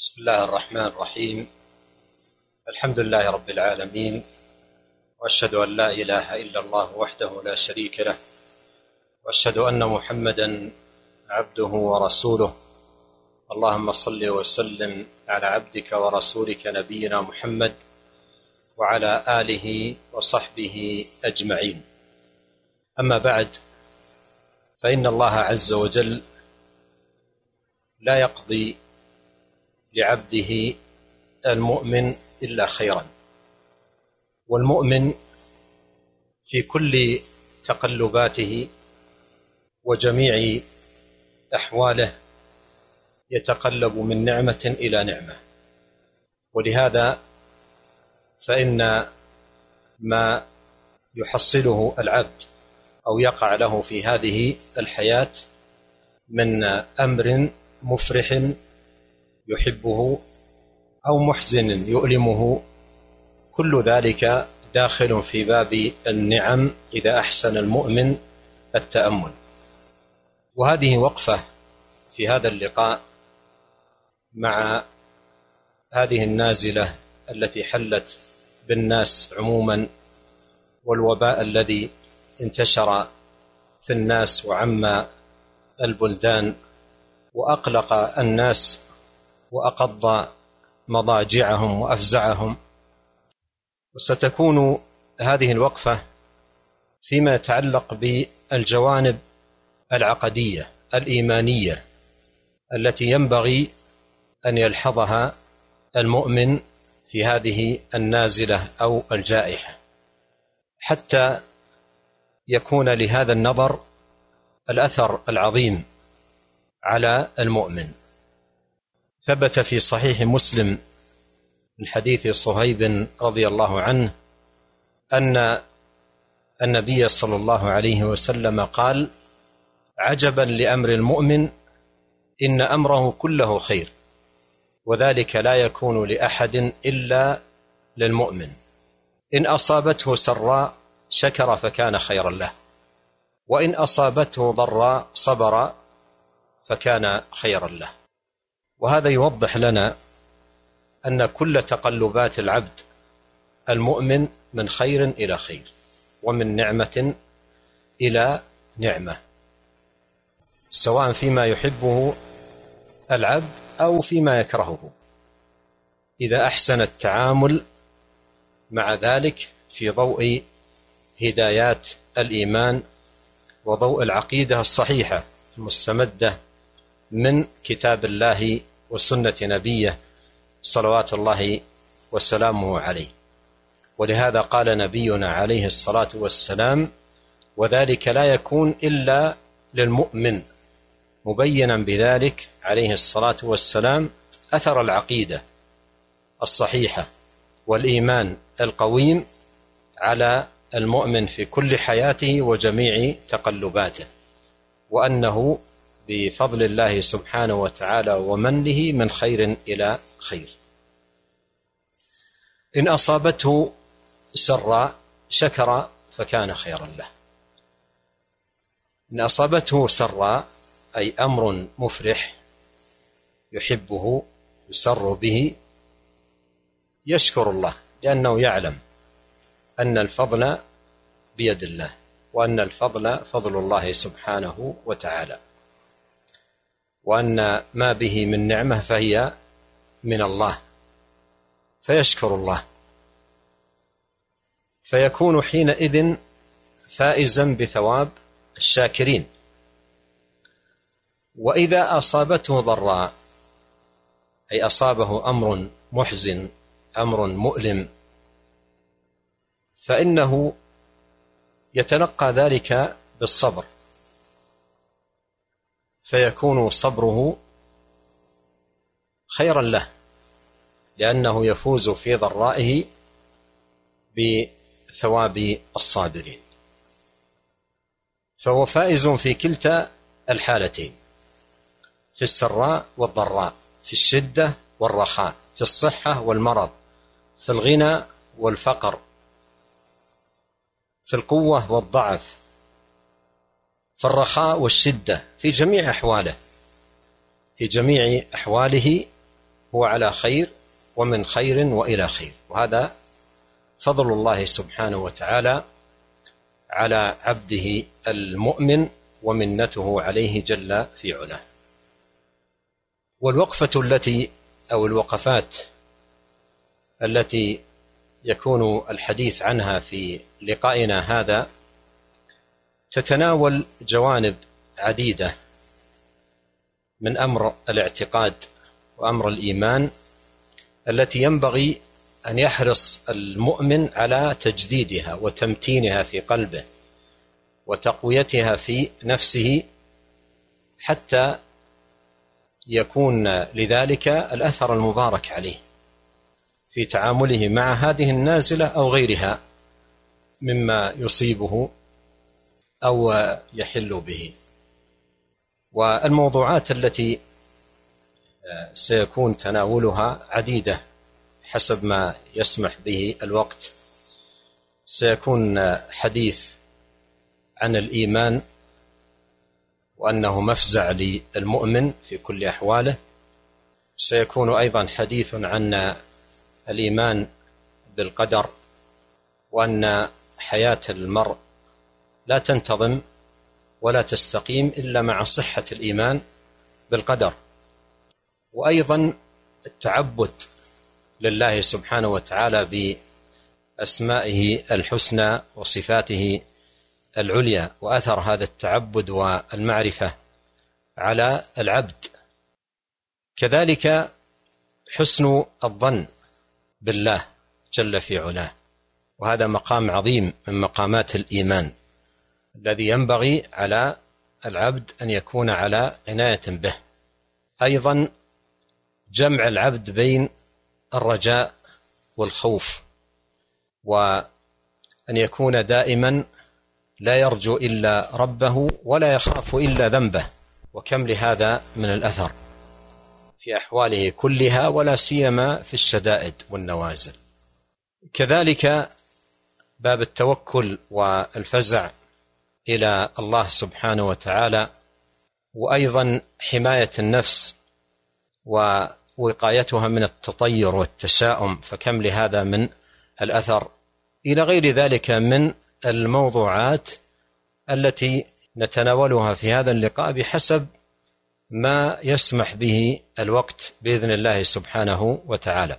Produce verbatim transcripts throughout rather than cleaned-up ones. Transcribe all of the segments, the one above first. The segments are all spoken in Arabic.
بسم الله الرحمن الرحيم. الحمد لله رب العالمين، وأشهد أن لا إله إلا الله وحده لا شريك له، وأشهد أن محمدا عبده ورسوله. اللهم صل وسلم على عبدك ورسولك نبينا محمد وعلى آله وصحبه أجمعين. أما بعد، فإن الله عز وجل لا يقضي لعبده المؤمن إلا خيرا، والمؤمن في كل تقلباته وجميع أحواله يتقلب من نعمة إلى نعمة، ولهذا فإن ما يحصله العبد أو يقع له في هذه الحياة من أمر مفرح يحبه أو محزن يؤلمه، كل ذلك داخل في باب النعم إذا أحسن المؤمن التأمل. وهذه وقفة في هذا اللقاء مع هذه النازلة التي حلت بالناس عموما، والوباء الذي انتشر في الناس وعم البلدان وأقلق الناس وأقض مضاجعهم وأفزعهم. وستكون هذه الوقفة فيما يتعلق بالجوانب العقدية الإيمانية التي ينبغي أن يلحظها المؤمن في هذه النازلة أو الجائحة، حتى يكون لهذا النظر الأثر العظيم على المؤمن. ثبت في صحيح مسلم من حديث صهيب رضي الله عنه أن النبي صلى الله عليه وسلم قال: عجبا لأمر المؤمن، إن أمره كله خير، وذلك لا يكون لأحد إلا للمؤمن، إن أصابته سراء شكر فكان خيرا له، وإن أصابته ضراء صبر فكان خيرا له. وهذا يوضح لنا أن كل تقلبات العبد المؤمن من خير إلى خير، ومن نعمة إلى نعمة، سواء فيما يحبه العبد أو فيما يكرهه، إذا أحسن التعامل مع ذلك في ضوء هدايات الإيمان وضوء العقيدة الصحيحة المستمدة من كتاب الله وسنة نبيه صلوات الله وسلامه عليه. ولهذا قال نبينا عليه الصلاة والسلام: وذلك لا يكون إلا للمؤمن، مبينا بذلك عليه الصلاة والسلام أثر العقيدة الصحيحة والإيمان القويم على المؤمن في كل حياته وجميع تقلباته، وأنه بفضل الله سبحانه وتعالى ومنه من خير إلى خير. إن أصابته سراء شكر فكان خيرا له. إن أصابته سراء أي أمر مفرح يحبه يسر به، يشكر الله، لأنه يعلم أن الفضل بيد الله، وأن الفضل فضل الله سبحانه وتعالى، وأن ما به من نعمة فهي من الله، فيشكر الله، فيكون حينئذ فائزا بثواب الشاكرين. وإذا أصابته ضراء أي أصابه أمر محزن، أمر مؤلم، فإنه يتلقى ذلك بالصبر، فيكون صبره خيرا له، لأنه يفوز في ضرائه بثواب الصابرين، فهو فائز في كلتا الحالتين، في السراء والضراء، في الشدة والرخاء، في الصحة والمرض، في الغنى والفقر، في القوة والضعف، في الرخاء والشدة، في جميع أحواله في جميع أحواله هو على خير ومن خير وإلى خير، وهذا فضل الله سبحانه وتعالى على عبده المؤمن ومنته عليه جل في علاه. والوقفة التي أو الوقفات التي يكون الحديث عنها في لقائنا هذا تتناول جوانب عديدة من أمر الاعتقاد وأمر الإيمان التي ينبغي أن يحرص المؤمن على تجديدها وتمتينها في قلبه وتقويتها في نفسه حتى يكون لذلك الأثر المبارك عليه في تعامله مع هذه النازلة أو غيرها مما يصيبه أو يحل به. والموضوعات التي سيكون تناولها عديدة حسب ما يسمح به الوقت. سيكون حديث عن الإيمان وأنه مفزع للمؤمن في كل أحواله. سيكون أيضا حديث عن الإيمان بالقدر، وأن حياة المرء لا تنتظم ولا تستقيم إلا مع صحة الإيمان بالقدر. وأيضا التعبد لله سبحانه وتعالى بأسمائه الحسنى وصفاته العليا، وأثر هذا التعبد والمعرفة على العبد. كذلك حسن الظن بالله جل في علاه، وهذا مقام عظيم من مقامات الإيمان الذي ينبغي على العبد أن يكون على عناية به. أيضا جمع العبد بين الرجاء والخوف، وأن يكون دائما لا يرجو إلا ربه ولا يخاف إلا ذنبه، وكم لهذا من الأثر في أحواله كلها ولا سيما في الشدائد والنوازل. كذلك باب التوكل والفزع إلى الله سبحانه وتعالى، وأيضا حماية النفس ووقايتها من التطير والتشاؤم، فكم لهذا من الأثر، إلى غير ذلك من الموضوعات التي نتناولها في هذا اللقاء بحسب ما يسمح به الوقت بإذن الله سبحانه وتعالى.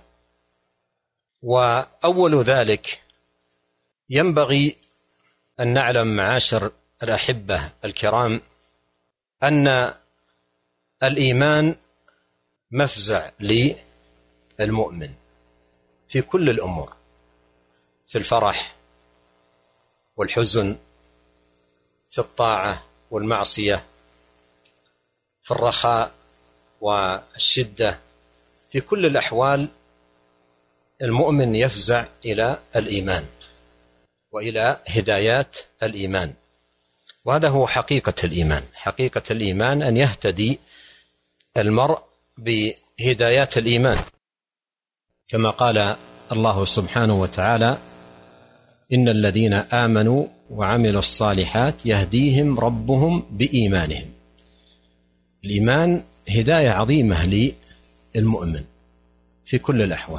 وأول ذلك ينبغي أن نعلم معاشر الأحبة الكرام أن الإيمان مفزع للمؤمن في كل الأمور، في الفرح والحزن، في الطاعة والمعصية، في الرخاء والشدة، في كل الأحوال المؤمن يفزع إلى الإيمان وإلى هدايات الإيمان. وهذا هو حقيقة الإيمان. حقيقة الإيمان أن يهتدي المرء بهدايات الإيمان، كما قال الله سبحانه وتعالى: إن الذين آمنوا وعملوا الصالحات يهديهم ربهم بإيمانهم. الإيمان هداية عظيمة للمؤمن في كل الأحوال،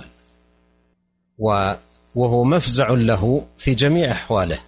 وهو مفزع له في جميع أحواله.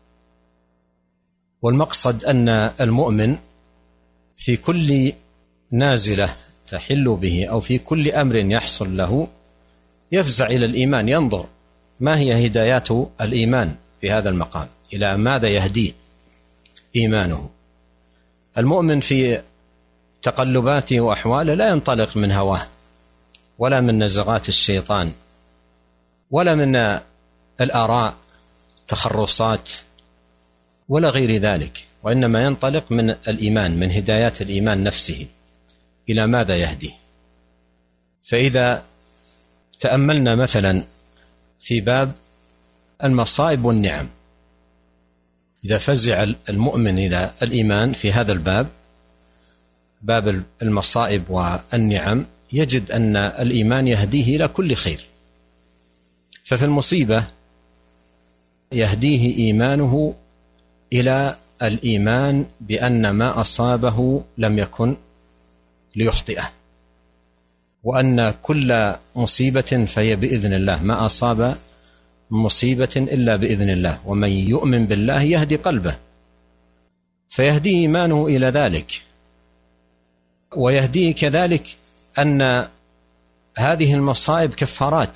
والمقصد أن المؤمن في كل نازلة تحل به أو في كل أمر يحصل له يفزع إلى الإيمان، ينظر ما هي هدايات الإيمان في هذا المقام، إلى ماذا يهديه إيمانه. المؤمن في تقلباته وأحواله لا ينطلق من هواه ولا من نزغات الشيطان ولا من الآراء تخرصات ولا غير ذلك، وإنما ينطلق من الإيمان، من هدايات الإيمان نفسه إلى ماذا يهديه. فإذا تأملنا مثلا في باب المصائب والنعم، إذا فزع المؤمن إلى الإيمان في هذا الباب، باب المصائب والنعم، يجد أن الإيمان يهديه إلى كل خير. ففي المصيبة يهديه إيمانه إلى الإيمان بأن ما أصابه لم يكن ليخطئه، وأن كل مصيبة فهي بإذن الله، ما أصاب مصيبة إلا بإذن الله، ومن يؤمن بالله يهدي قلبه، فيهديه إيمانه إلى ذلك. ويهديه كذلك أن هذه المصائب كفارات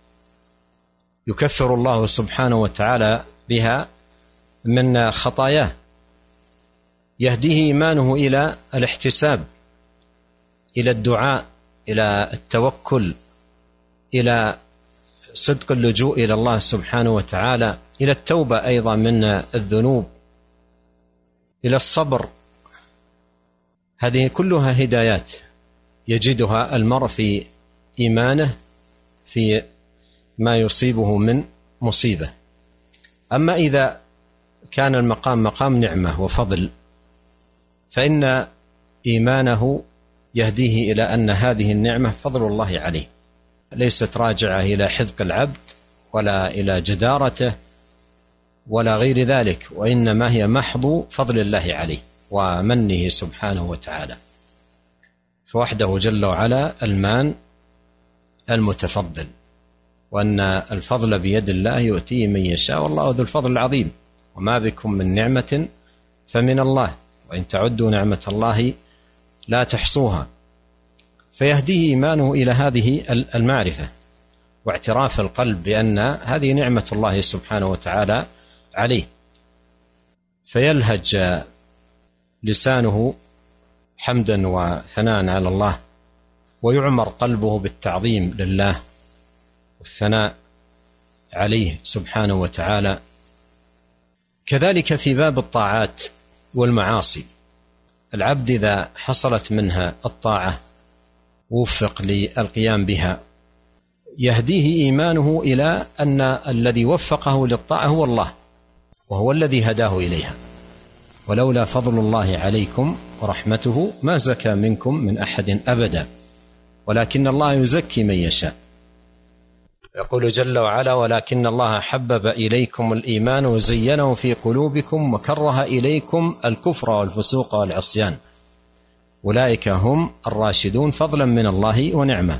يكفر الله سبحانه وتعالى بها من خطاياه. يهديه إيمانه إلى الاحتساب، إلى الدعاء، إلى التوكل، إلى صدق اللجوء إلى الله سبحانه وتعالى، إلى التوبة أيضا من الذنوب، إلى الصبر. هذه كلها هدايات يجدها المرء في إيمانه في ما يصيبه من مصيبة. أما إذا كان المقام مقام نعمة وفضل فإن إيمانه يهديه إلى أن هذه النعمة فضل الله عليه، ليست راجعة إلى حذق العبد ولا إلى جدارته ولا غير ذلك، وإنما هي محض فضل الله عليه ومنه سبحانه وتعالى، فوحده جل وعلا المان المتفضل، وأن الفضل بيد الله يؤتيه من يشاء والله ذو الفضل العظيم، وما بكم من نعمة فمن الله وإن تعدوا نعمة الله لا تحصوها. فيهديه إيمانه إلى هذه المعرفة واعتراف القلب بأن هذه نعمة الله سبحانه وتعالى عليه، فيلهج لسانه حمدا وثناء على الله، ويعمر قلبه بالتعظيم لله والثناء عليه سبحانه وتعالى. كذلك في باب الطاعات والمعاصي، العبد إذا حصلت منها الطاعة وفق للقيام بها، يهديه إيمانه إلى أن الذي وفقه للطاعة هو الله، وهو الذي هداه إليها، ولولا فضل الله عليكم ورحمته ما زكى منكم من أحد أبدا ولكن الله يزكي من يشاء. يقول جل وعلا: ولكن الله حبب إليكم الإيمان وزينه في قلوبكم وكره إليكم الكفر والفسوق والعصيان أولئك هم الراشدون فضلا من الله ونعمة.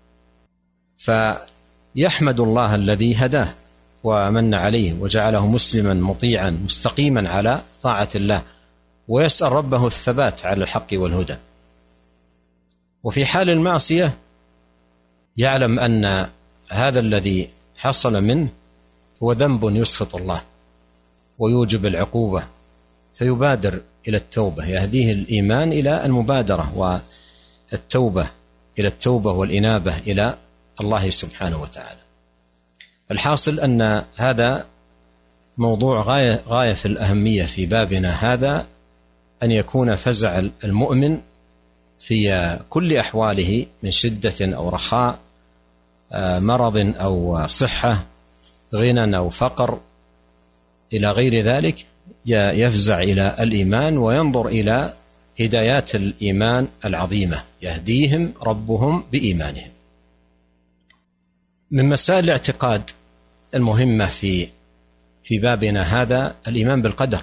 فيحمد الله الذي هداه ومن عليه وجعله مسلما مطيعا مستقيما على طاعة الله، ويسأل ربه الثبات على الحق والهدى. وفي حال المعصية يعلم أن هذا الذي حصل منه هو ذنب يسخط الله ويوجب العقوبة، فيبادر إلى التوبة، يهديه الإيمان إلى المبادرة والتوبة، إلى التوبة والإنابة إلى الله سبحانه وتعالى. الحاصل أن هذا موضوع غاية, غاية في الأهمية في بابنا هذا، أن يكون فزع المؤمن في كل أحواله من شدة أو رخاء، مرض أو صحة، غنى أو فقر، إلى غير ذلك، يفزع إلى الإيمان وينظر إلى هدايات الإيمان العظيمة يهديهم ربهم بإيمانهم. من مسائل الاعتقاد المهمة في في بابنا هذا الإيمان بالقدر.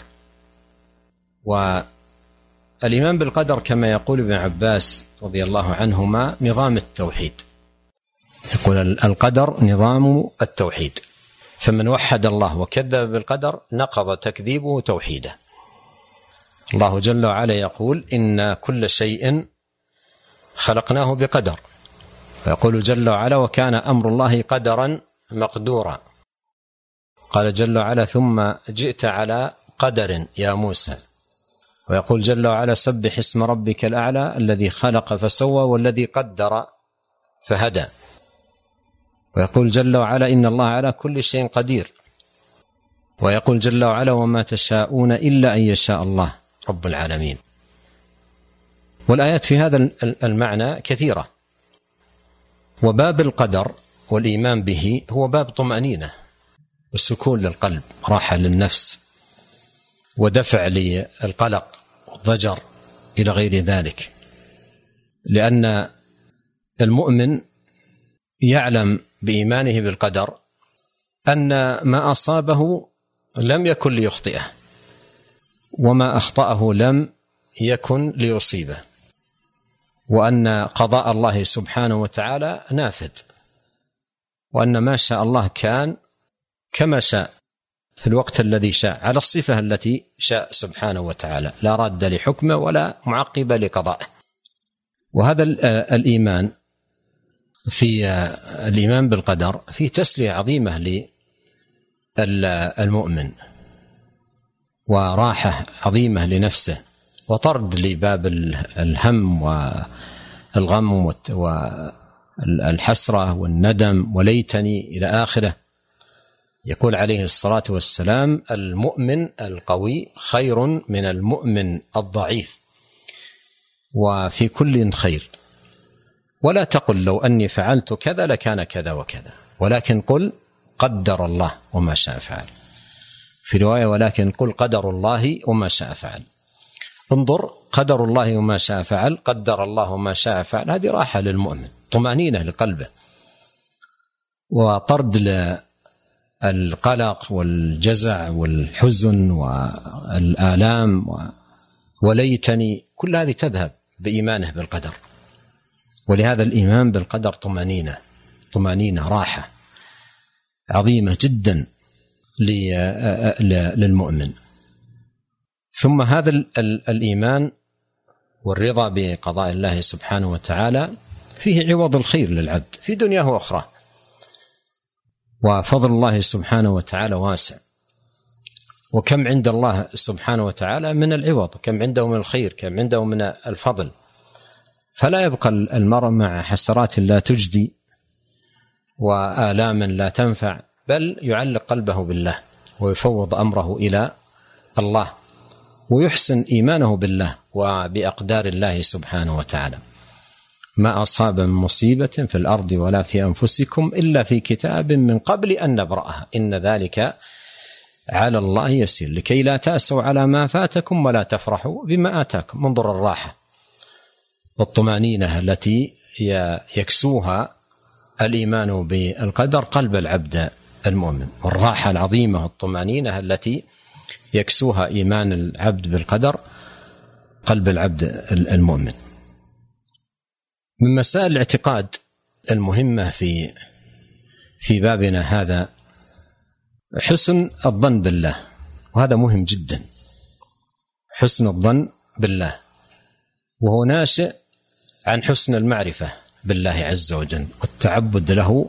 والإيمان بالقدر كما يقول ابن عباس رضي الله عنهما نظام التوحيد، يقول القدر نظام التوحيد، فمن وحد الله وكذب بالقدر نقض تكذيبه توحيده. الله جل وعلا يقول: إن كل شيء خلقناه بقدر، ويقول جل وعلا: وكان أمر الله قدرا مقدورا. قال جل وعلا: ثم جئت على قدر يا موسى. ويقول جل وعلا: سبح اسم ربك الأعلى الذي خلق فسوى والذي قدر فهدى. ويقول جل وعلا: إن الله على كل شيء قدير. ويقول جل وعلا: وما تشاءون إلا أن يشاء الله رب العالمين. والآيات في هذا المعنى كثيرة. وباب القدر والإيمان به هو باب طمأنينة والسكون للقلب، راحة للنفس، ودفع للقلق والضجر إلى غير ذلك، لأن المؤمن يعلم بإيمانه بالقدر أن ما أصابه لم يكن ليخطئه، وما أخطأه لم يكن ليصيبه. وأن قضاء الله سبحانه وتعالى نافذ، وأن ما شاء الله كان كما شاء في الوقت الذي شاء على الصفة التي شاء سبحانه وتعالى، لا راد لحكمه ولا معقب لقضائه. وهذا الإيمان في الإيمان بالقدر فيه تسلية عظيمة للمؤمن، وراحة عظيمة لنفسه، وطرد لباب الهم والغم والحسرة والندم وليتني إلى آخره. يقول عليه الصلاة والسلام: المؤمن القوي خير من المؤمن الضعيف، وفي كل خير، ولا تقل لو أني فعلت كذا لكان كذا وكذا، ولكن قل قدر الله وما شاء فعل. في رواية: ولكن قل قدر الله وما شاء فعل. انظر، قدر الله وما شاء فعل، قدر الله وما شاء فعل، هذه راحة للمؤمن، طمأنينة لقلبه، وطرد القلق والجزع والحزن والآلام وليتني، كل هذه تذهب بإيمانه بالقدر. ولهذا الإيمان بالقدر طمأنينة، طمأنينة راحة عظيمة جدا للمؤمن. ثم هذا الإيمان والرضا بقضاء الله سبحانه وتعالى فيه عوض الخير للعبد في دنياه وأخرى، وفضل الله سبحانه وتعالى واسع، وكم عند الله سبحانه وتعالى من العوض، كم عنده من الخير، كم عنده من الفضل. فلا يبقى المرء مع حسرات لا تجدي وآلام لا تنفع، بل يعلق قلبه بالله ويفوض أمره إلى الله، ويحسن إيمانه بالله وبأقدار الله سبحانه وتعالى. ما أصاب من مصيبة في الأرض ولا في أنفسكم إلا في كتاب من قبل أن نبرأها إن ذلك على الله يسير، لكي لا تأسوا على ما فاتكم ولا تفرحوا بما آتاكم. منظر الراحة والطمأنينة التي يكسوها الإيمان بالقدر قلب العبد المؤمن، والراحة العظيمة والطمأنينة التي يكسوها إيمان العبد بالقدر قلب العبد المؤمن. من مسائل الاعتقاد المهمة في في بابنا هذا حسن الظن بالله، وهذا مهم جدا. حسن الظن بالله، وهو ناشئ عن حسن المعرفة بالله عز وجل والتعبد له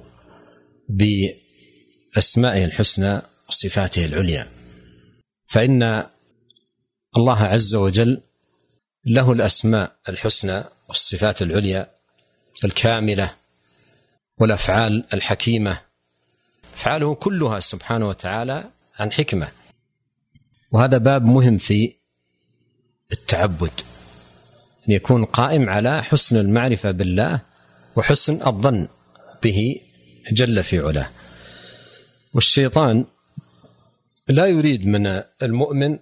بأسمائه الحسنى وصفاته العليا. فإن الله عز وجل له الأسماء الحسنى والصفات العليا الكاملة والأفعال الحكيمة، أفعاله كلها سبحانه وتعالى عن حكمة. وهذا باب مهم في التعبد، أن يكون قائم على حسن المعرفة بالله وحسن الظن به جل في علاه. والشيطان لا يريد من المؤمن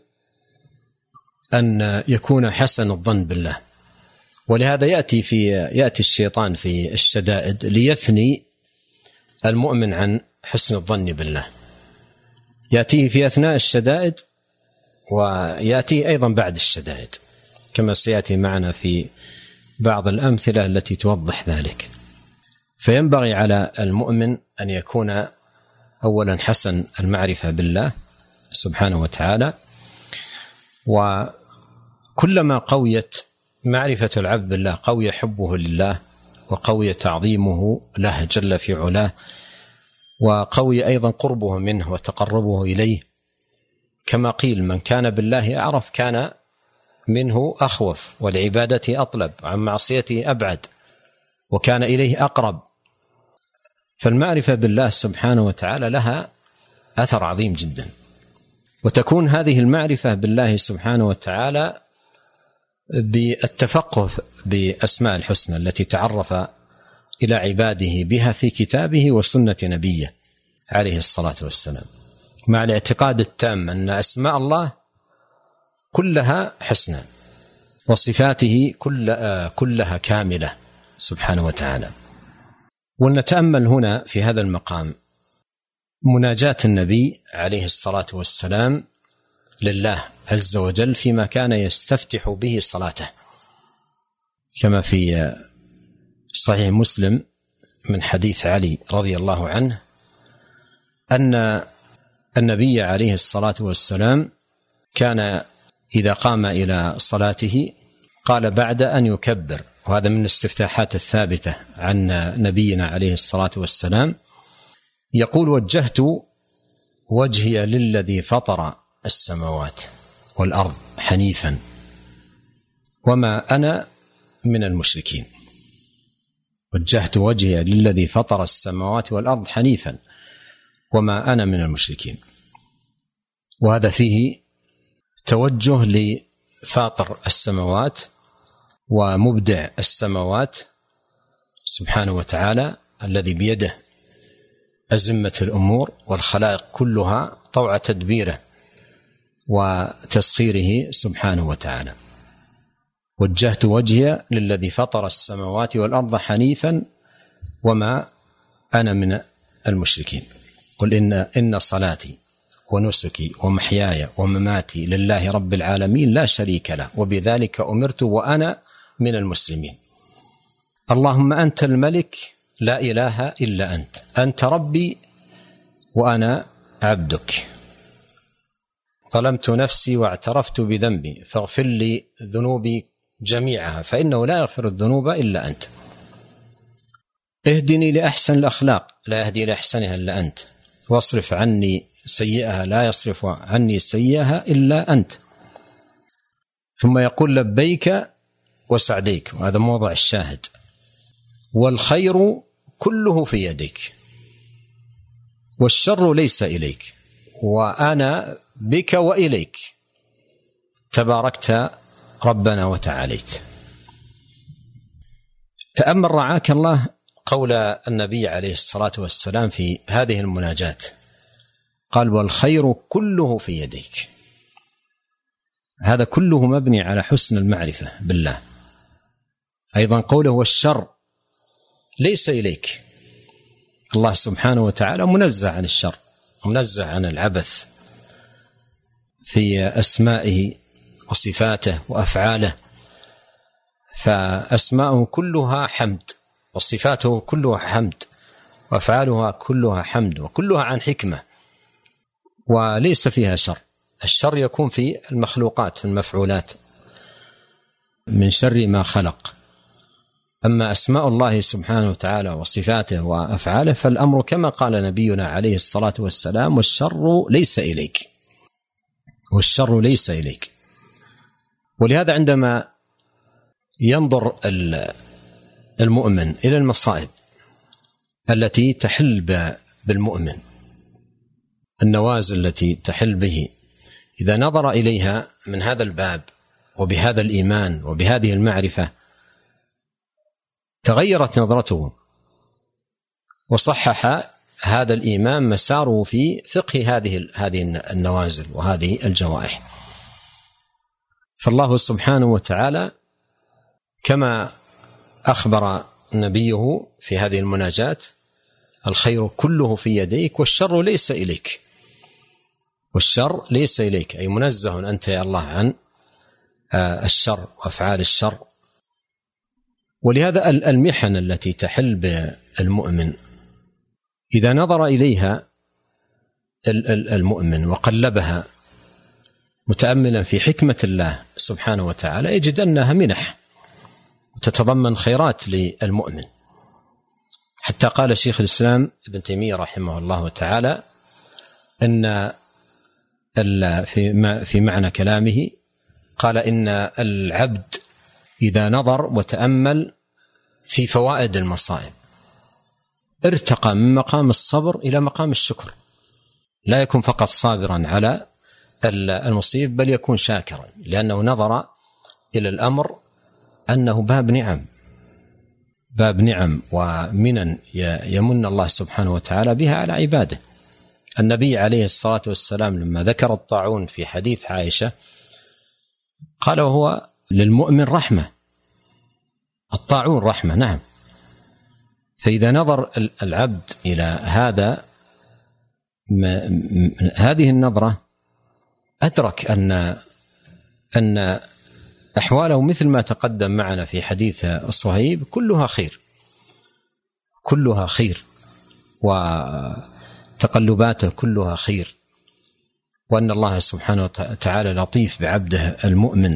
أن يكون حسن الظن بالله، ولهذا يأتي في يأتي الشيطان في الشدائد ليثني المؤمن عن حسن الظن بالله. يأتيه في أثناء الشدائد، ويأتي أيضا بعد الشدائد، كما سيأتي معنا في بعض الأمثلة التي توضح ذلك. فينبغي على المؤمن أن يكون أولا حسن المعرفة بالله سبحانه وتعالى، وكلما قويت معرفة العبد بالله قوي حبه لله، وقوي تعظيمه له جل في علاه، وقوي أيضا قربه منه وتقربه إليه. كما قيل: من كان بالله أعرف كان منه أخوف، والعبادة أطلب، عن معصيته أبعد، وكان إليه أقرب. فالمعرفة بالله سبحانه وتعالى لها أثر عظيم جدا، وتكون هذه المعرفة بالله سبحانه وتعالى بالتفقه بأسماء الحسنى التي تعرف إلى عباده بها في كتابه وسنة نبيه عليه الصلاة والسلام، مع الاعتقاد التام أن أسماء الله كلها حسنى، وصفاته كل كلها كاملة سبحانه وتعالى. ونتأمل هنا في هذا المقام مناجاة النبي عليه الصلاة والسلام لله عز وجل فيما كان يستفتح به صلاته. كما في صحيح مسلم من حديث علي رضي الله عنه أن النبي عليه الصلاة والسلام كان إذا قام إلى صلاته قال بعد أن يكبر، وهذا من الاستفتاحات الثابتة عن نبينا عليه الصلاة والسلام، يقول: وجهت وجهي للذي فطر السماوات والأرض حنيفا وما أنا من المشركين. وجهت وجهي للذي فطر السماوات والأرض حنيفا وما أنا من المشركين. وهذا فيه توجه لفاطر السماوات ومبدع السماوات سبحانه وتعالى، الذي بيده أزمة الأمور والخلائق كلها طوع تدبيره وتسخيره سبحانه وتعالى. وجهت وجهي للذي فطر السماوات والأرض حنيفا وما أنا من المشركين. قل إن, إن صلاتي ونسكي ومحياي ومماتي لله رب العالمين لا شريك له وبذلك أمرت وأنا من المسلمين. اللهم أنت الملك لا إله إلا أنت، أنت ربي وأنا عبدك، ظلمت نفسي واعترفت بذنبي فاغفر لي ذنوبي جميعها فإنه لا يغفر الذنوب إلا أنت، اهدني لأحسن الأخلاق لا يهدي لأحسنها إلا أنت، واصرف عني سيئها لا يصرف عني سيئها إلا أنت. ثم يقول: لبيك وسعديك، وهذا موضع الشاهد، والخير كله في يديك والشر ليس إليك وأنا بك وإليك تباركت ربنا وتعاليت. تأمل رعاك الله قول النبي عليه الصلاة والسلام في هذه المناجاة، قال: والخير كله في يديك. هذا كله مبني على حسن المعرفة بالله. أيضا قوله: والشر ليس إليك. الله سبحانه وتعالى منزه عن الشر، منزه عن العبث في أسمائه وصفاته وأفعاله، فأسماؤه كلها حمد وصفاته كلها حمد وأفعالها كلها حمد وكلها عن حكمة وليس فيها شر. الشر يكون في المخلوقات المفعولات من شر ما خلق. أما أسماء الله سبحانه وتعالى وصفاته وأفعاله فالأمر كما قال نبينا عليه الصلاة والسلام: والشر ليس إليك، والشر ليس إليك. ولهذا عندما ينظر المؤمن إلى المصائب التي تحل بالمؤمن، النوازل التي تحل به، إذا نظر إليها من هذا الباب وبهذا الإيمان وبهذه المعرفة تغيرت نظرته، وصحح هذا الإيمان مساره في فقه هذه هذه النوازل وهذه الجوائح. فالله سبحانه وتعالى كما أخبر نبيه في هذه المناجاة: الخير كله في يديك والشر ليس إليك. والشر ليس إليك، أي منزه أنت يا الله عن الشر وأفعال الشر. ولهذا المحن التي تحل بالمؤمن إذا نظر إليها المؤمن وقلبها متأملا في حكمة الله سبحانه وتعالى يجد أنها منح وتتضمن خيرات للمؤمن. حتى قال شيخ الإسلام ابن تيمية رحمه الله تعالى أن في معنى كلامه قال: إن العبد إذا نظر وتأمل في فوائد المصائب ارتقى من مقام الصبر إلى مقام الشكر، لا يكون فقط صابرا على المصيب بل يكون شاكرا، لأنه نظر إلى الأمر أنه باب نعم، باب نعم ومنن يمن الله سبحانه وتعالى بها على عباده. النبي عليه الصلاة والسلام لما ذكر الطاعون في حديث عائشة قال: وهو للمؤمن رحمة، الطاعون رحمة. نعم. فإذا نظر العبد إلى هذا هذه النظرة أدرك أن أن أحواله مثل ما تقدم معنا في حديث الصهيب كلها خير، كلها خير، وتقلباته كلها خير، وأن الله سبحانه وتعالى لطيف بعبده المؤمن.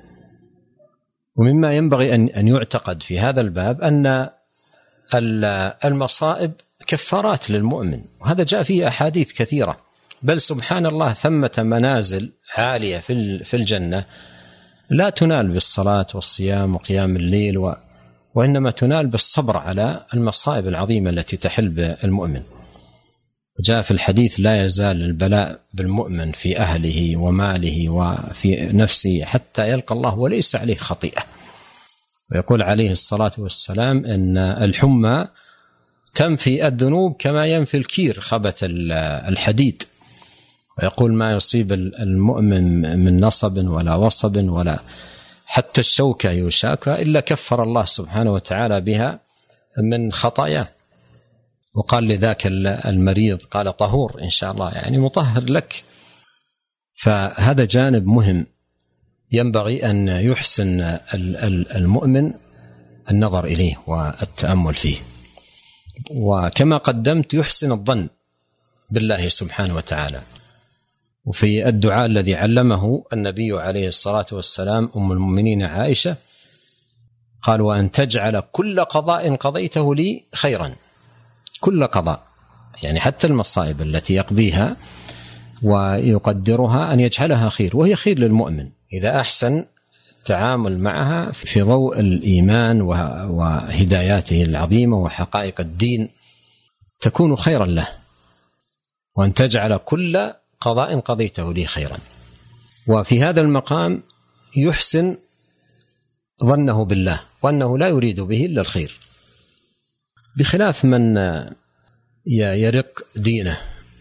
ومما ينبغي أن يعتقد في هذا الباب أن المصائب كفارات للمؤمن، وهذا جاء فيه أحاديث كثيرة. بل سبحان الله ثمة منازل عالية في الجنة لا تنال بالصلاة والصيام وقيام الليل، و وإنما تنال بالصبر على المصائب العظيمة التي تحل بالمؤمن. جاء في الحديث: لا يزال البلاء بالمؤمن في أهله وماله وفي نفسه حتى يلقى الله وليس عليه خطيئة. ويقول عليه الصلاة والسلام أن الحمى تنفي الذنوب كما ينفي الكير خبث الحديد. ويقول: ما يصيب المؤمن من نصب ولا وصب ولا حتى الشوكة يشاكى إلا كفر الله سبحانه وتعالى بها من خطاياه. وقال لذاك المريض قال: طهور إن شاء الله، يعني مطهر لك. فهذا جانب مهم ينبغي أن يحسن المؤمن النظر إليه والتأمل فيه. وكما قدمت يحسن الظن بالله سبحانه وتعالى. وفي الدعاء الذي علمه النبي عليه الصلاة والسلام أم المؤمنين عائشة قال: وأن تجعل كل قضاء قضيته لي خيرا. كل قضاء يعني حتى المصائب التي يقضيها ويقدرها أن يجعلها خير، وهي خير للمؤمن إذا أحسن التعامل معها في ضوء الإيمان وهداياته العظيمة وحقائق الدين، تكون خيرا له. وأن تجعل كل قضاء قضيته لي خيرا. وفي هذا المقام يحسن ظنه بالله وأنه لا يريد به إلا الخير، بخلاف من يرق دينه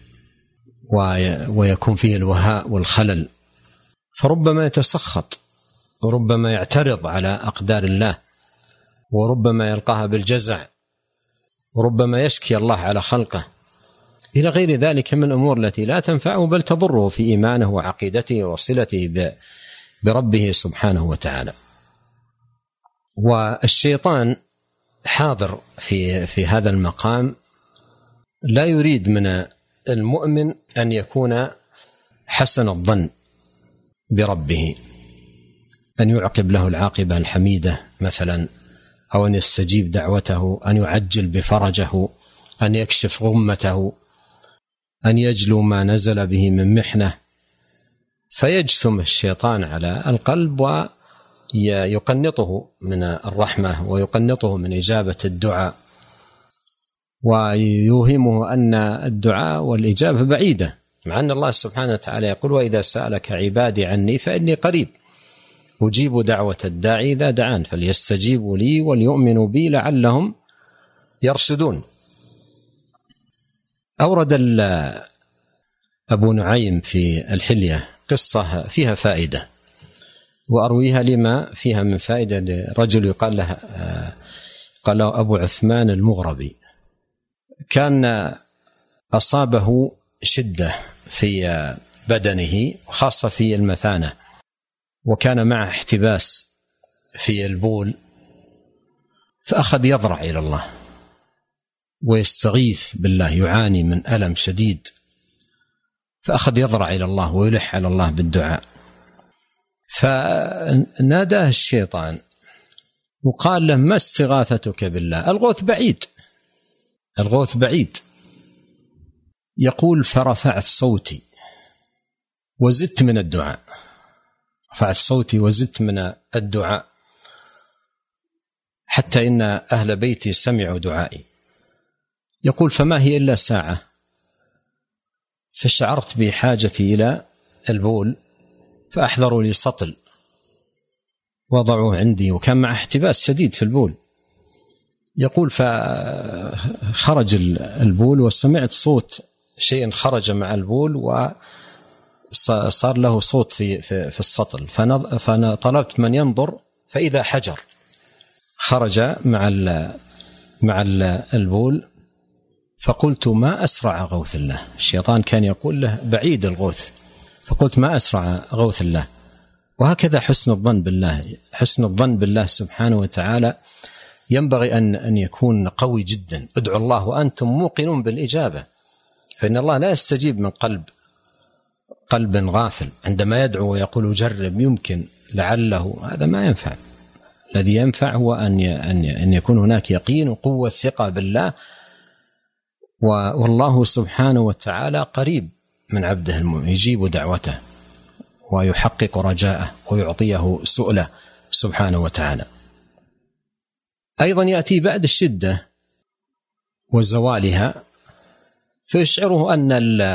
ويكون فيه الوهاء والخلل، فربما يتسخط وربما يعترض على أقدار الله، وربما يلقاها بالجزع، وربما يشكي الله على خلقه، إلى غير ذلك من الأمور التي لا تنفعه بل تضره في إيمانه وعقيدته وصلته بربه سبحانه وتعالى. والشيطان حاضر في في هذا المقام، لا يريد من المؤمن أن يكون حسن الظن بربه، أن يعقب له العاقبة الحميدة مثلا، أو أن يستجيب دعوته، أن يعجل بفرجه، أن يكشف غمته، أن يجلو ما نزل به من محنة. فيجثم الشيطان على القلب ويقنطه من الرحمة ويقنطه من إجابة الدعاء، ويوهمه أن الدعاء والإجابة بعيدة، مع أن الله سبحانه وتعالى يقول: وإذا سألك عبادي عني فإني قريب أجيب دعوة الداعي إذا دعان فليستجيبوا لي وليؤمنوا بي لعلهم يرشدون. أورد أبو نعيم في الحلية قصة فيها فائدة، وأرويها لما فيها من فائدة لرجل يقال له قال له أبو عثمان المغربي. كان أصابه شدة في بدنه وخاصة في المثانة، وكان معه احتباس في البول، فأخذ يضرع إلى الله ويستغيث بالله، يعاني من ألم شديد، فأخذ يضرع إلى الله ويلح على الله بالدعاء. فناداه الشيطان وقال له: ما استغاثتك بالله؟ الغوث بعيد، الغوث بعيد. يقول: فرفعت صوتي وزدت من الدعاء، رفعت صوتي وزدت من الدعاء حتى إن أهل بيتي سمعوا دعائي. يقول: فما هي إلا ساعة، فشعرت بحاجتي إلى البول، فأحضروا لي سطل وضعوه عندي، وكان مع احتباس شديد في البول. يقول: فخرج البول وسمعت صوت شيء خرج مع البول وصار له صوت في في السطل، فطلبت من ينظر فإذا حجر خرج مع مع البول. فقلت: ما أسرع غوث الله. الشيطان كان يقول له بعيد الغوث، فقلت: ما أسرع غوث الله. وهكذا حسن الظن بالله، حسن الظن بالله سبحانه وتعالى ينبغي أن أن يكون قوي جدا. ادعوا الله وأنتم موقنون بالإجابة، فإن الله لا يستجيب من قلب قلب غافل عندما يدعو ويقول جرب يمكن لعله، هذا ما ينفع. الذي ينفع هو أن أن يكون هناك يقين وقوة ثقة بالله، والله سبحانه وتعالى قريب من عبده المؤمن، يجيب دعوته ويحقق رجاءه ويعطيه سؤله سبحانه وتعالى. أيضا يأتي بعد الشدة وزوالها فيشعره أن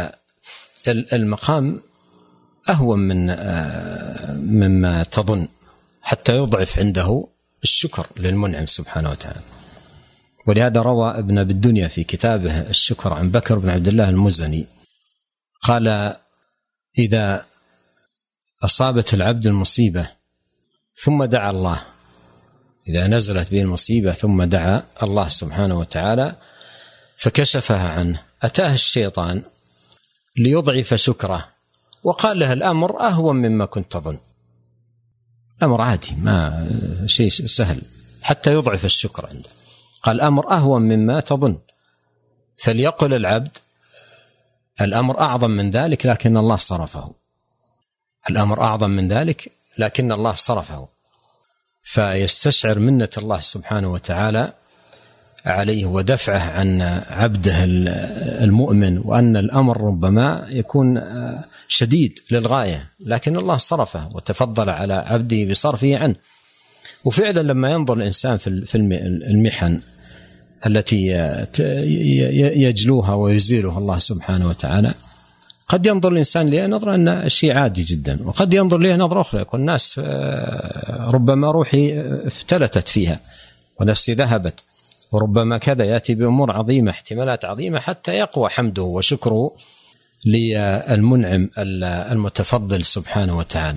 المقام أهون من مما تظن، حتى يضعف عنده الشكر للمنعم سبحانه وتعالى. ولهذا روى ابن أبي الدنيا في كتابه الشكر عن بكر بن عبد الله المزني قال: إذا أصابت العبد المصيبة ثم دعا الله، إذا نزلت به المصيبة ثم دعا الله سبحانه وتعالى فكشفها عنه، أتاه الشيطان ليضعف شكره وقال له الأمر أهون مما كنت تظن. أمر عادي، ما شيء سهل، حتى يضعف الشكر عنده. قال الأمر أهون مما تظن، فليقل العبد الأمر أعظم من ذلك لكن الله صرفه، الأمر أعظم من ذلك لكن الله صرفه، فيستشعر منة الله سبحانه وتعالى عليه ودفعه عن عبده المؤمن، وأن الأمر ربما يكون شديد للغاية لكن الله صرفه وتفضل على عبده بصرفه عنه. وفعلا لما ينظر الإنسان في المحن التي يجلوها ويزيلها الله سبحانه وتعالى، قد ينظر الإنسان لها نظرة أن شيء عادي جدا، وقد ينظر لها نظرة أخرى، يقول الناس ربما روحي افتلتت فيها ونفسي ذهبت، وربما كذا، يأتي بأمور عظيمة، احتمالات عظيمة، حتى يقوى حمده وشكره للمنعم المتفضل سبحانه وتعالى.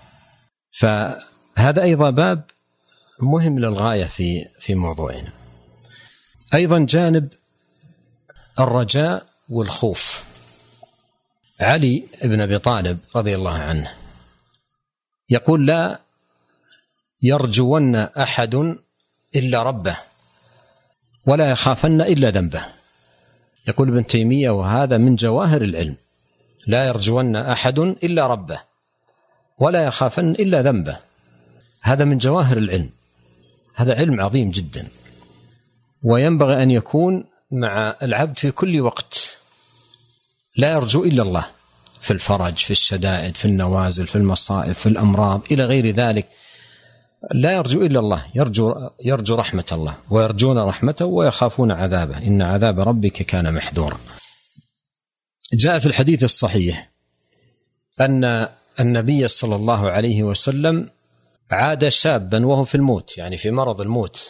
فهذا أيضا باب مهم للغاية في في موضوعنا. أيضا جانب الرجاء والخوف. علي بن أبي طالب رضي الله عنه يقول: لا يرجون أحد إلا ربه ولا يخافن إلا ذنبه. يقول ابن تيمية وهذا من جواهر العلم: لا يرجون أحد إلا ربه ولا يخافن إلا ذنبه. هذا من جواهر العلم، هذا علم عظيم جدا، وينبغي أن يكون مع العبد في كل وقت. لا يرجو إلا الله في الفرج، في الشدائد، في النوازل، في المصائب، في الأمراض إلى غير ذلك. لا يرجو إلا الله، يرجو, يرجو رحمة الله، ويرجون رحمته ويخافون عذابه، إن عذاب ربك كان محذورا. جاء في الحديث الصحيح أن النبي صلى الله عليه وسلم عاد شابا وهو في الموت، يعني في مرض الموت،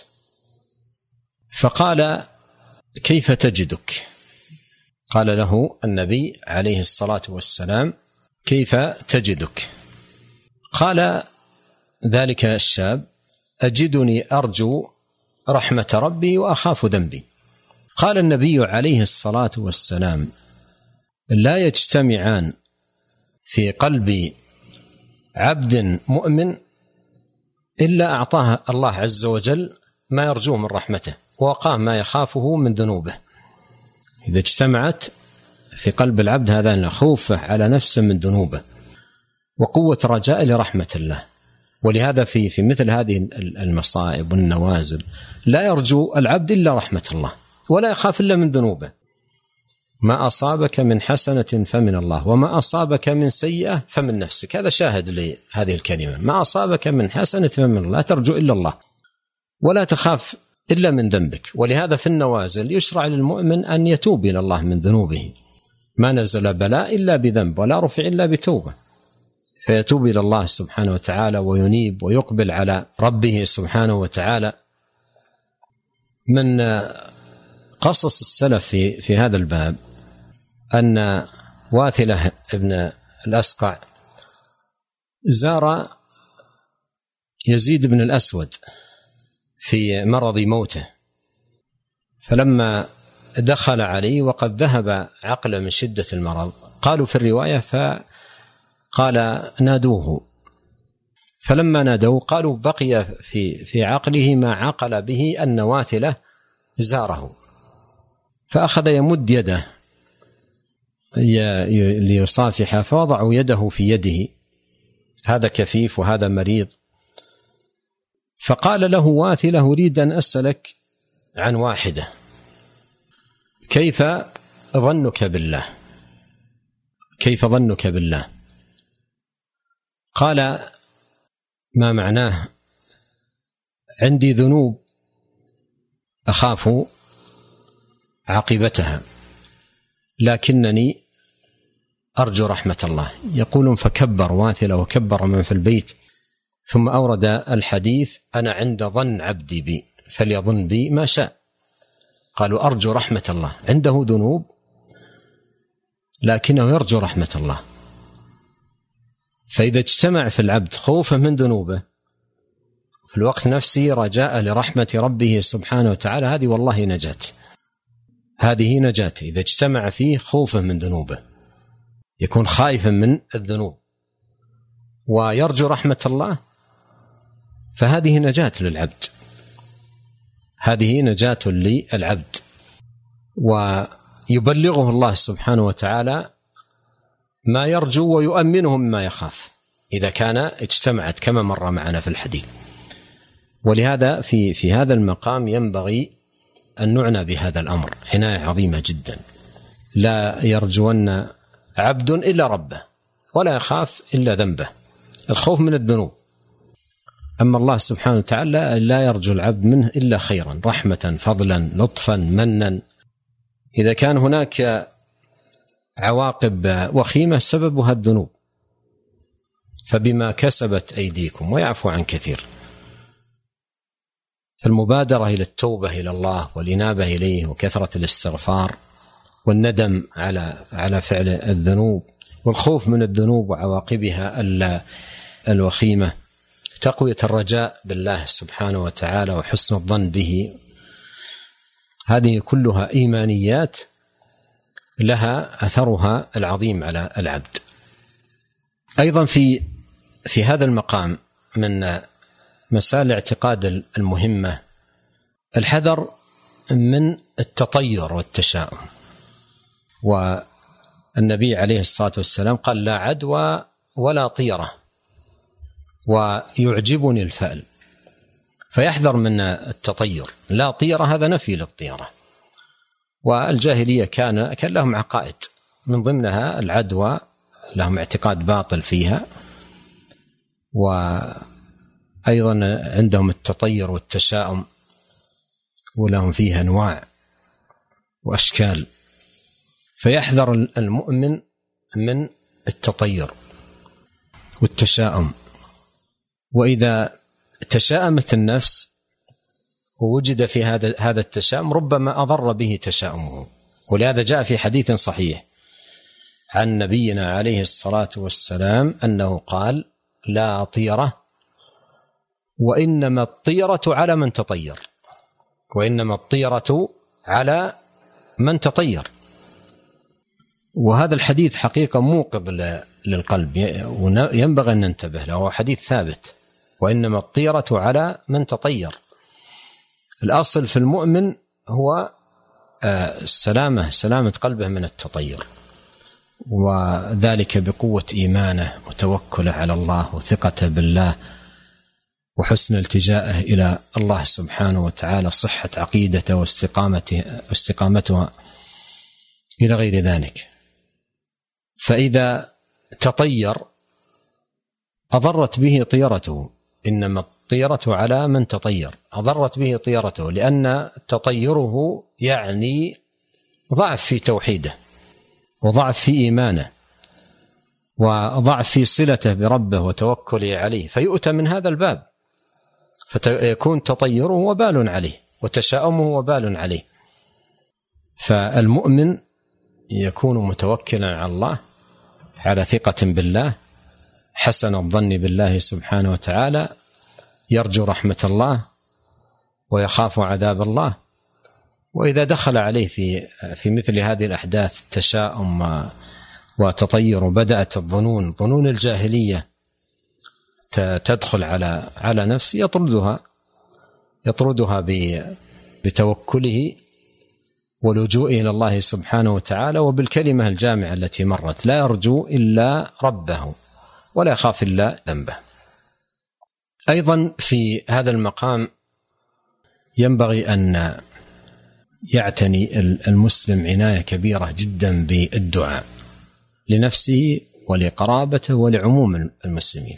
فقال: كيف تجدك؟ قال له النبي عليه الصلاة والسلام: كيف تجدك؟ قال ذلك الشاب: أجدني أرجو رحمة ربي وأخاف ذنبي. قال النبي عليه الصلاة والسلام: لا يجتمعان في قلب عبد مؤمن إلا أعطاه الله عز وجل ما يرجوه من رحمته ووقاه ما يخافه من ذنوبه. إذا اجتمعت في قلب العبد هذان خوفه على نفسه من ذنوبه وقوة رجاء لرحمة الله. ولهذا في في مثل هذه المصائب والنوازل لا يرجو العبد إلا رحمة الله ولا يخاف إلا من ذنوبه. ما أصابك من حسنة فمن الله وما أصابك من سيئة فمن نفسك. هذا شاهد لهذه الكلمة: ما أصابك من حسنة فمن الله، لا ترجو إلا الله ولا تخاف إلا من ذنبك. ولهذا في النوازل يشرع للمؤمن أن يتوب إلى الله من ذنوبه، ما نزل بلاء إلا بذنب ولا رفع إلا بتوبة، فيتوب إلى الله سبحانه وتعالى وينيب ويقبل على ربه سبحانه وتعالى. من قصص السلف في في هذا الباب أن واثلة ابن الأسقع زار يزيد بن الأسود في مرض موته، فلما دخل عليه وقد ذهب عقله من شدة المرض، قالوا في الرواية فقال: نادوه فلما نادوا قالوا بقي في في عقله ما عقل به أن واثلة زاره، فأخذ يمد يده ليصافح، فوضعوا يده في يده، هذا كفيف وهذا مريض. فقال له واثلة: أريد أن أسألك عن واحدة، كيف ظنك بالله؟ كيف ظنك بالله؟ قال: ما معناه؟ عندي ذنوب أخاف عاقبتها، لكنني أرجو رحمة الله. يقولون فكبر واثلة وكبر من في البيت، ثم أورد الحديث: أنا عند ظن عبدي بي فليظن بي ما شاء. قالوا أرجو رحمة الله، عنده ذنوب لكنه يرجو رحمة الله. فإذا اجتمع في العبد خوفه من ذنوبه في الوقت نفسه رجاء لرحمة ربه سبحانه وتعالى، هذه والله نجاة، هذه نجاة. إذا اجتمع فيه خوفه من ذنوبه، يكون خائفا من الذنوب ويرجو رحمة الله، فهذه نجاة للعبد، هذه نجاة للعبد. ويبلغه الله سبحانه وتعالى ما يرجو ويؤمنه مما يخاف إذا كان اجتمعت، كما مر معنا في الحديث. ولهذا في في هذا المقام ينبغي أن نعنى بهذا الأمر عناية عظيمة جدا. لا يرجون عبد إلا ربه، ولا يخاف إلا ذنبه، الخوف من الذنوب. أما الله سبحانه وتعالى لا يرجو العبد منه إلا خيرا، رحمة، فضلا، لطفا، منا. إذا كان هناك عواقب وخيمة سببها الذنوب، فبما كسبت أيديكم ويعفو عن كثير. فالمبادرة إلى التوبة إلى الله والإنابة إليه وكثرة الاستغفار والندم على على فعل الذنوب والخوف من الذنوب وعواقبها الوخيمة، تقوية الرجاء بالله سبحانه وتعالى وحسن الظن به، هذه كلها إيمانيات لها أثرها العظيم على العبد. أيضا في في هذا المقام من مسائل الاعتقاد المهمة الحذر من التطير والتشاؤم. والنبي عليه الصلاة والسلام قال: لا عدوى ولا طيرة، ويعجبني الفأل. فيحذر من التطير. لا طيرة هذا نفي للطيرة، والجاهلية كان كان لهم عقائد من ضمنها العدوى، لهم اعتقاد باطل فيها، وأيضا عندهم التطير والتشاؤم، ولهم فيها أنواع وأشكال. فيحذر المؤمن من التطير والتشاؤم. وإذا تشاءمت النفس ووجد في هذا هذا التشاؤم ربما أضر به تشاؤمه. ولهذا جاء في حديث صحيح عن نبينا عليه الصلاة والسلام أنه قال: لا طيرة، وإنما الطيرة على من تطير، وإنما الطيرة على من تطير. وهذا الحديث حقيقة موقظ للقلب، ينبغي أن ننتبه له، هو حديث ثابت: وإنما الطيرة على من تطير. الأصل في المؤمن هو السلامة، سلامة قلبه من التطير، وذلك بقوة إيمانه وتوكله على الله وثقته بالله وحسن التجائه إلى الله سبحانه وتعالى، صحة عقيدته واستقامته واستقامتها إلى غير ذلك. فإذا تطير أضرت به طيرته، إنما الطيرة على من تطير، أضرت به طيرته، لأن تطيره يعني ضعف في توحيده وضعف في إيمانه وضعف في صلته بربه وتوكله عليه، فيؤتى من هذا الباب، فيكون تطيره وبال عليه وتشاؤمه وبال عليه. فالمؤمن يكون متوكلا على الله، على ثقة بالله، حسن الظن بالله سبحانه وتعالى، يرجو رحمة الله ويخاف عذاب الله. وإذا دخل عليه في في مثل هذه الأحداث تشاؤم وتطير، بدأت الظنون، ظنون الجاهلية تدخل على على نفس يطردها يطردها بتوكله واللجوء إلى الله سبحانه وتعالى وبالكلمة الجامعة التي مرت: لا يرجو إلا ربه ولا يخاف إلا ذنبه. أيضا في هذا المقام ينبغي أن يعتني المسلم عناية كبيرة جدا بالدعاء لنفسه ولقرابته ولعموم المسلمين.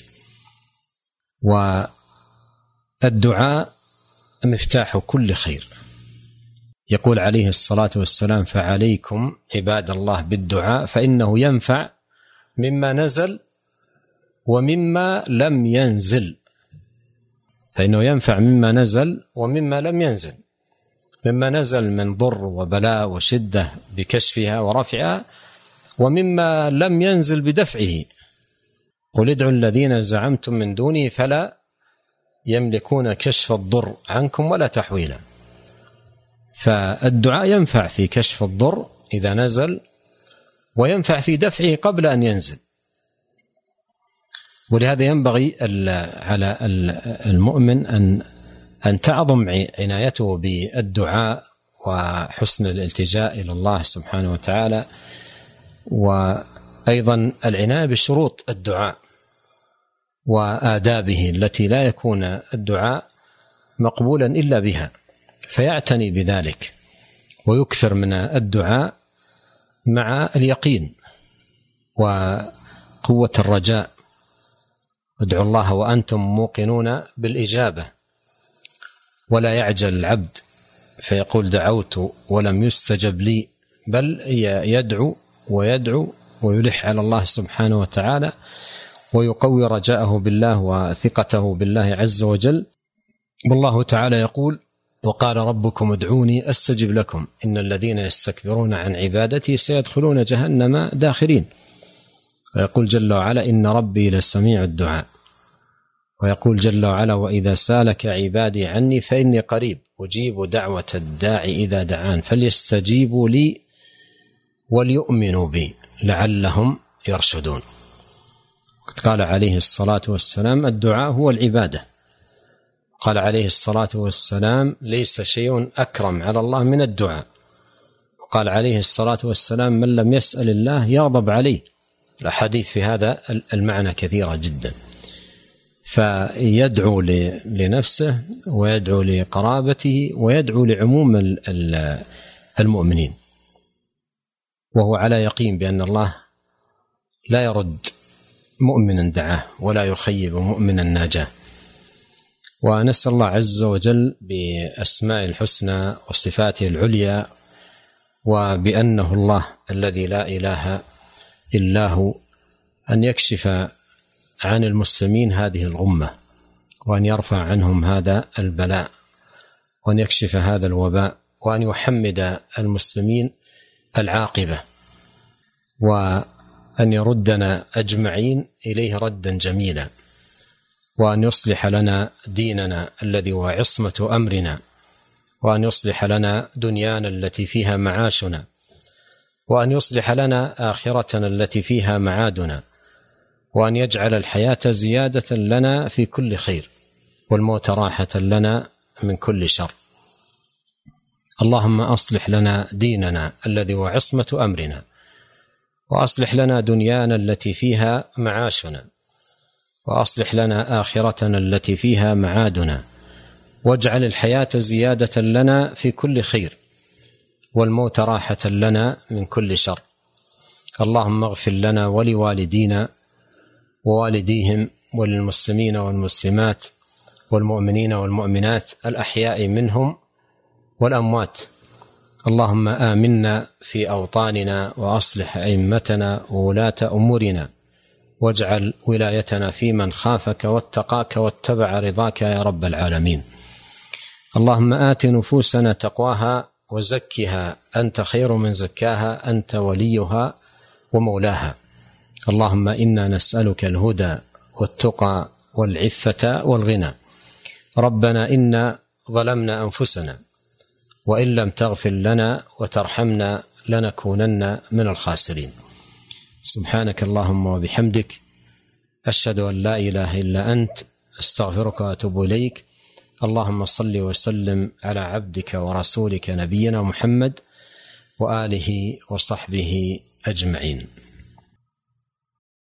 والدعاء مفتاح كل خير. يقول عليه الصلاة والسلام: فعليكم عباد الله بالدعاء فإنه ينفع مما نزل ومما لم ينزل. فإنه ينفع مما نزل ومما لم ينزل. مما نزل من ضر وبلاء وشدة بكشفها ورفعها، ومما لم ينزل بدفعه. قل ادعوا الذين زعمتم من دونه فلا يملكون كشف الضر عنكم ولا تحويلا. فالدعاء ينفع في كشف الضر إذا نزل، وينفع في دفعه قبل أن ينزل. ولهذا ينبغي على المؤمن أن أن تعظم عنايته بالدعاء وحسن الالتجاء إلى الله سبحانه وتعالى، وأيضا العناية بشروط الدعاء وآدابه التي لا يكون الدعاء مقبولا إلا بها، فيعتني بذلك ويكثر من الدعاء مع اليقين وقوة الرجاء. ادعوا الله وأنتم موقنون بالإجابة، ولا يعجل العبد فيقول دعوت ولم يستجب لي، بل يدعو ويدعو ويلح على الله سبحانه وتعالى ويقوي رجاءه بالله وثقته بالله عز وجل. والله تعالى يقول: وقال ربكم ادعوني أستجب لكم إن الذين يستكبرون عن عبادتي سيدخلون جهنم داخرين. ويقول جل وعلا: إن ربي لسميع الدعاء. ويقول جل وعلا: وإذا سالك عبادي عني فإني قريب أجيب دعوة الداعي إذا دعان فليستجيبوا لي وليؤمنوا بي لعلهم يرشدون. قال عليه الصلاة والسلام: الدعاء هو العبادة. قال عليه الصلاة والسلام: ليس شيء أكرم على الله من الدعاء. وقال عليه الصلاة والسلام: من لم يسأل الله يغضب عليه. الأحاديث في هذا المعنى كثيرة جدا. فيدعو لنفسه ويدعو لقرابته ويدعو لعموم المؤمنين، وهو على يقين بأن الله لا يرد مؤمنا دعاه ولا يخيب مؤمنا ناجاه. ونسأل الله عز وجل بأسماء الحسنى وصفاته العليا وبأنه الله الذي لا إله إلا هو أن يكشف عن المسلمين هذه الغمة، وأن يرفع عنهم هذا البلاء، وأن يكشف هذا الوباء، وأن يحمد المسلمين العاقبة، وأن يردنا أجمعين إليه ردا جميلا، وأن يصلح لنا ديننا الذي هو عصمة أمرنا، وأن يصلح لنا دنيانا التي فيها معاشنا، وأن يصلح لنا آخرتنا التي فيها معادنا، وأن يجعل الحياة زيادة لنا في كل خير والموت راحة لنا من كل شر. اللهم أصلح لنا ديننا الذي هو عصمة أمرنا، وأصلح لنا دنيانا التي فيها معاشنا، وأصلح لنا آخرتنا التي فيها معادنا، واجعل الحياة زيادة لنا في كل خير والموت راحة لنا من كل شر. اللهم اغفر لنا ولوالدينا ووالديهم وللمسلمين والمسلمات والمؤمنين والمؤمنات الأحياء منهم والأموات. اللهم آمنا في أوطاننا وأصلح أئمتنا وولاة أمورنا، واجعل ولايتنا في من خافك واتقاك واتبع رضاك يا رب العالمين. اللهم آت نفوسنا تقواها وزكها أنت خير من زكاها أنت وليها ومولاها. اللهم إنا نسألك الهدى والتقى والعفة والغنى. ربنا إنا ظلمنا أنفسنا وإن لم تغفر لنا وترحمنا لنكونن من الخاسرين. سبحانك اللهم وبحمدك أشهد أن لا إله إلا أنت، أستغفرك وأتوب إليك. اللهم صل وسلم على عبدك ورسولك نبينا محمد وآله وصحبه أجمعين.